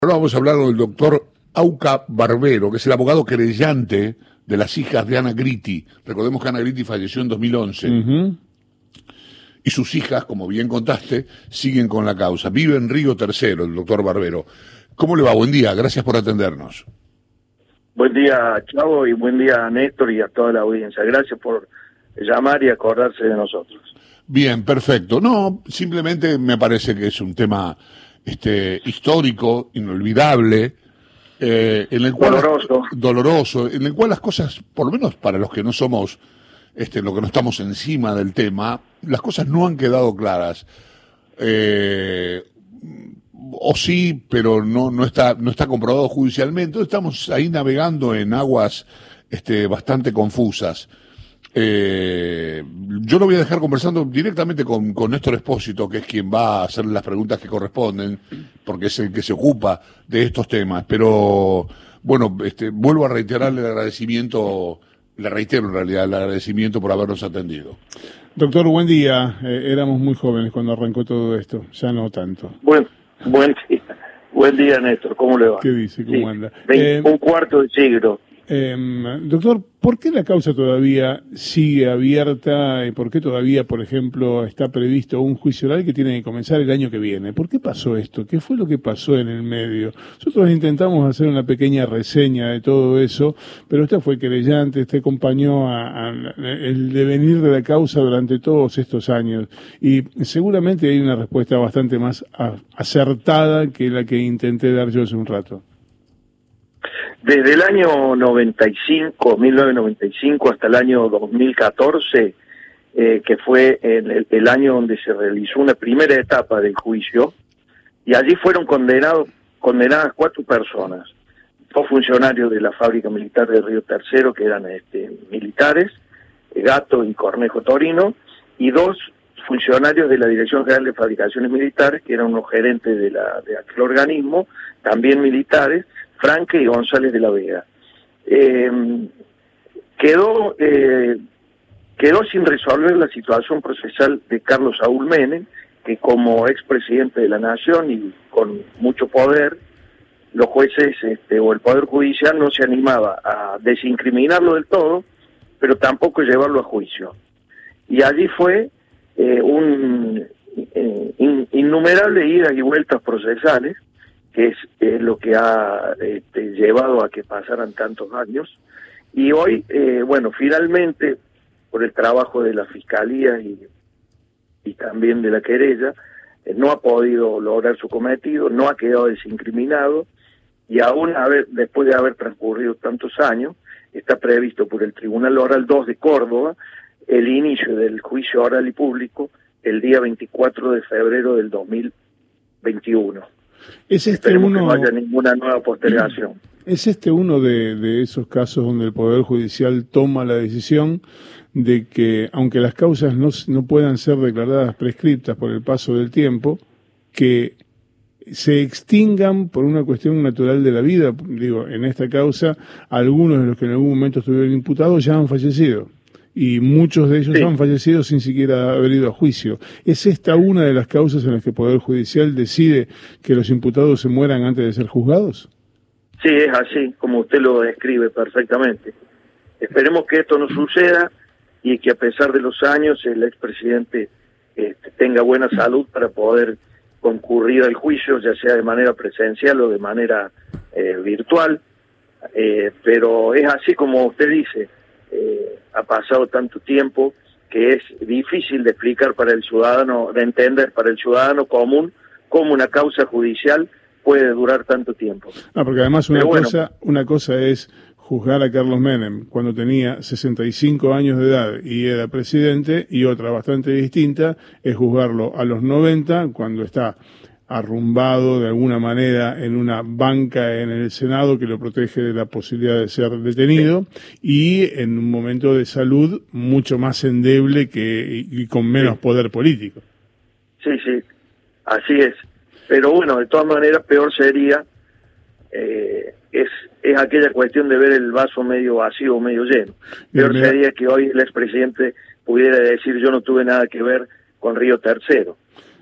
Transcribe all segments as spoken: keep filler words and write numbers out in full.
Ahora vamos a hablar con el doctor Auca Barbero, que es el abogado querellante de las hijas de Ana Gritti. Recordemos que Ana Gritti falleció en dos mil once. Uh-huh. Y sus hijas, como bien contaste, siguen con la causa. Vive en Río Tercero, el doctor Barbero. ¿Cómo le va? Buen día, gracias por atendernos. Buen día, Chavo, y buen día a Néstor y a toda la audiencia. Gracias por llamar y acordarse de nosotros. Bien, perfecto. No, simplemente me parece que es un tema este histórico, inolvidable, eh, en el cual doloroso. doloroso, en el cual las cosas, por lo menos para los que no somos, este, lo que no estamos encima del tema, las cosas no han quedado claras. Eh, o sí, pero no, no está, no está comprobado judicialmente. Entonces estamos ahí navegando en aguas, este, bastante confusas. Eh, yo lo voy a dejar conversando directamente con, con Néstor Espósito, que es quien va a hacer las preguntas que corresponden, porque es el que se ocupa de estos temas. Pero, bueno, este, vuelvo a reiterarle el agradecimiento, le reitero en realidad el agradecimiento por habernos atendido. Doctor, buen día. Eh, éramos muy jóvenes cuando arrancó todo esto, ya no tanto. Buen, buen día, buen día, Néstor. ¿Cómo le va? ¿Qué dice? ¿Cómo sí, anda? veinte, Eh, un cuarto de siglo. Eh, doctor, ¿por qué la causa todavía sigue abierta y por qué todavía, por ejemplo, está previsto un juicio oral que tiene que comenzar el año que viene? ¿Por qué pasó esto? ¿Qué fue lo que pasó en el medio? Nosotros intentamos hacer una pequeña reseña de todo eso, pero usted fue querellante, usted acompañó a, a el devenir de la causa durante todos estos años y seguramente hay una respuesta bastante más a, acertada que la que intenté dar yo hace un rato. Desde el año noventa y cinco, mil novecientos noventa y cinco, hasta el año dos mil catorce, eh, que fue el, el año donde se realizó una primera etapa del juicio, y allí fueron condenados, condenadas cuatro personas, dos funcionarios de la fábrica militar de Río Tercero, que eran este, militares, Gato y Cornejo Torino, y dos funcionarios de la Dirección General de Fabricaciones Militares, que eran unos gerentes de, la, de aquel organismo, también militares, Franque y González de la Vega. Eh, quedó eh, quedó sin resolver la situación procesal de Carlos Saúl Menem, que como expresidente de la Nación y con mucho poder, los jueces este, o el Poder Judicial no se animaba a desincriminarlo del todo, pero tampoco llevarlo a juicio. Y allí fue eh, un eh, in, innumerable idas y vueltas procesales, que es eh, lo que ha este, llevado a que pasaran tantos años. Y hoy, eh, bueno, finalmente, por el trabajo de la Fiscalía y, y también de la querella, eh, no ha podido lograr su cometido, no ha quedado desincriminado, y aún haber, después de haber transcurrido tantos años, está previsto por el Tribunal Oral dos de Córdoba el inicio del juicio oral y público el día veinticuatro de febrero del dos mil veintiuno. ¿Es este Esperemos uno, que no haya ninguna nueva postergación. ¿Es este uno de, de esos casos donde el Poder Judicial toma la decisión de que, aunque las causas no, no puedan ser declaradas prescriptas por el paso del tiempo, que se extingan por una cuestión natural de la vida? Digo, en esta causa, algunos de los que en algún momento estuvieron imputados ya han fallecido. Y muchos de ellos sí. han fallecido sin siquiera haber ido a juicio. ¿Es esta una de las causas en las que el Poder Judicial decide que los imputados se mueran antes de ser juzgados? Sí, es así, como usted lo describe perfectamente. Esperemos que esto no suceda y que a pesar de los años el expresidente este, tenga buena salud para poder concurrir al juicio, ya sea de manera presencial o de manera eh, virtual. Eh, pero es así como usted dice. Eh, ha pasado tanto tiempo que es difícil de explicar para el ciudadano, de entender para el ciudadano común cómo una causa judicial puede durar tanto tiempo. Ah, porque además una bueno, cosa, una cosa es juzgar a Carlos Menem cuando tenía sesenta y cinco años de edad y era presidente, y otra bastante distinta es juzgarlo a los noventa cuando está arrumbado de alguna manera en una banca en el Senado que lo protege de la posibilidad de ser detenido, sí. y en un momento de salud mucho más endeble que y con menos sí. poder político. Sí, sí, así es. Pero bueno, de todas maneras, peor sería, eh, es, es aquella cuestión de ver el vaso medio vacío o medio lleno. Peor Bien, sería que hoy el expresidente pudiera decir yo no tuve nada que ver con Río Tercero.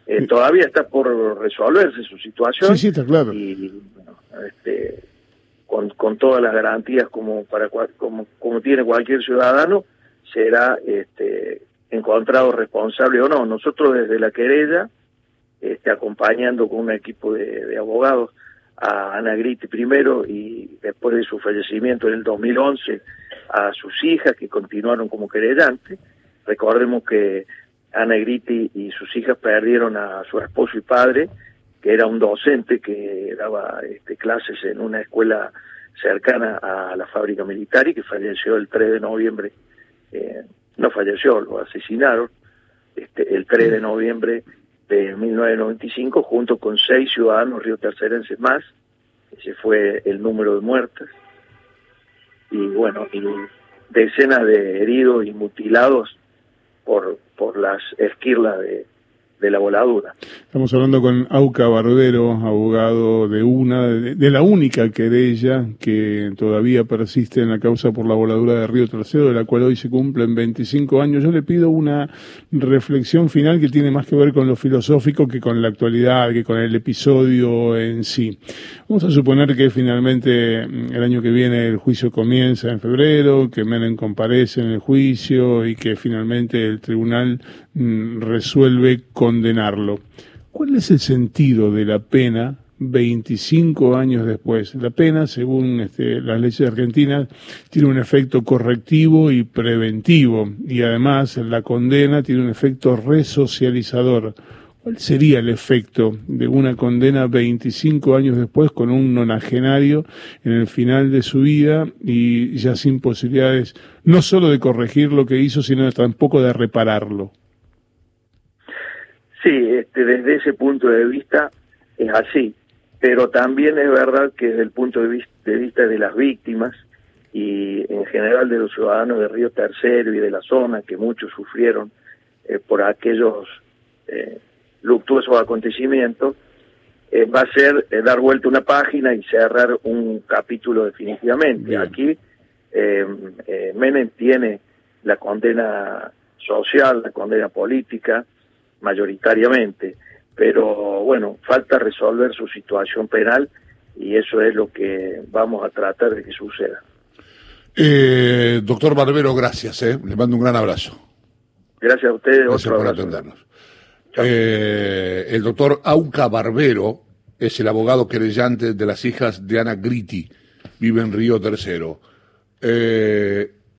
Eh, todavía está por resolverse su situación. Sí, sí, está claro. Y bueno, este, con, con todas las garantías como para como, como tiene cualquier ciudadano, será este, encontrado responsable o no. Nosotros desde la querella, este, acompañando con un equipo de, de abogados a Ana Gritti primero y después de su fallecimiento en el dos mil once a sus hijas que continuaron como querellantes. Recordemos que Ana Gritti y sus hijas perdieron a su esposo y padre, que era un docente que daba este, clases en una escuela cercana a la fábrica militar y que falleció el tres de noviembre, eh, no falleció, lo asesinaron, este, el tres de noviembre de mil novecientos noventa y cinco, junto con seis ciudadanos riotercerenses más. Ese fue el número de muertes. Y bueno, y decenas de heridos y mutilados por, por las esquirlas de, de la voladura. Estamos hablando con Auca Barbero, abogado de una, de, de la única querella que todavía persiste en la causa por la voladura de Río Tercero, de la cual hoy se cumplen veinticinco años. Yo le pido una reflexión final que tiene más que ver con lo filosófico que con la actualidad, que con el episodio en sí. Vamos a suponer que finalmente el año que viene el juicio comienza en febrero, que Menem comparece en el juicio y que finalmente el tribunal mm, resuelve condenarlo. ¿Cuál es el sentido de la pena veinticinco años después? La pena, según este, las leyes argentinas, tiene un efecto correctivo y preventivo, y además la condena tiene un efecto resocializador. ¿Cuál sería el efecto de una condena veinticinco años después con un nonagenario en el final de su vida y ya sin posibilidades no solo de corregir lo que hizo, sino tampoco de repararlo? Sí, este, desde ese punto de vista es así, pero también es verdad que desde el punto de vista de, vista de las víctimas y en general de los ciudadanos de Río Tercero y de la zona, que muchos sufrieron eh, por aquellos eh, luctuosos acontecimientos, eh, va a ser eh, dar vuelta una página y cerrar un capítulo definitivamente. Bien. Aquí eh, eh, Menem tiene la condena social, la condena política, mayoritariamente, pero bueno, falta resolver su situación penal y eso es lo que vamos a tratar de que suceda. Eh, doctor Barbero, gracias, eh. Le mando un gran abrazo. Gracias a ustedes. Gracias otro por abrazo. atendernos. Eh, el doctor Auca Barbero es el abogado querellante de las hijas de Ana Gritti, vive en Río Tercero. Eh,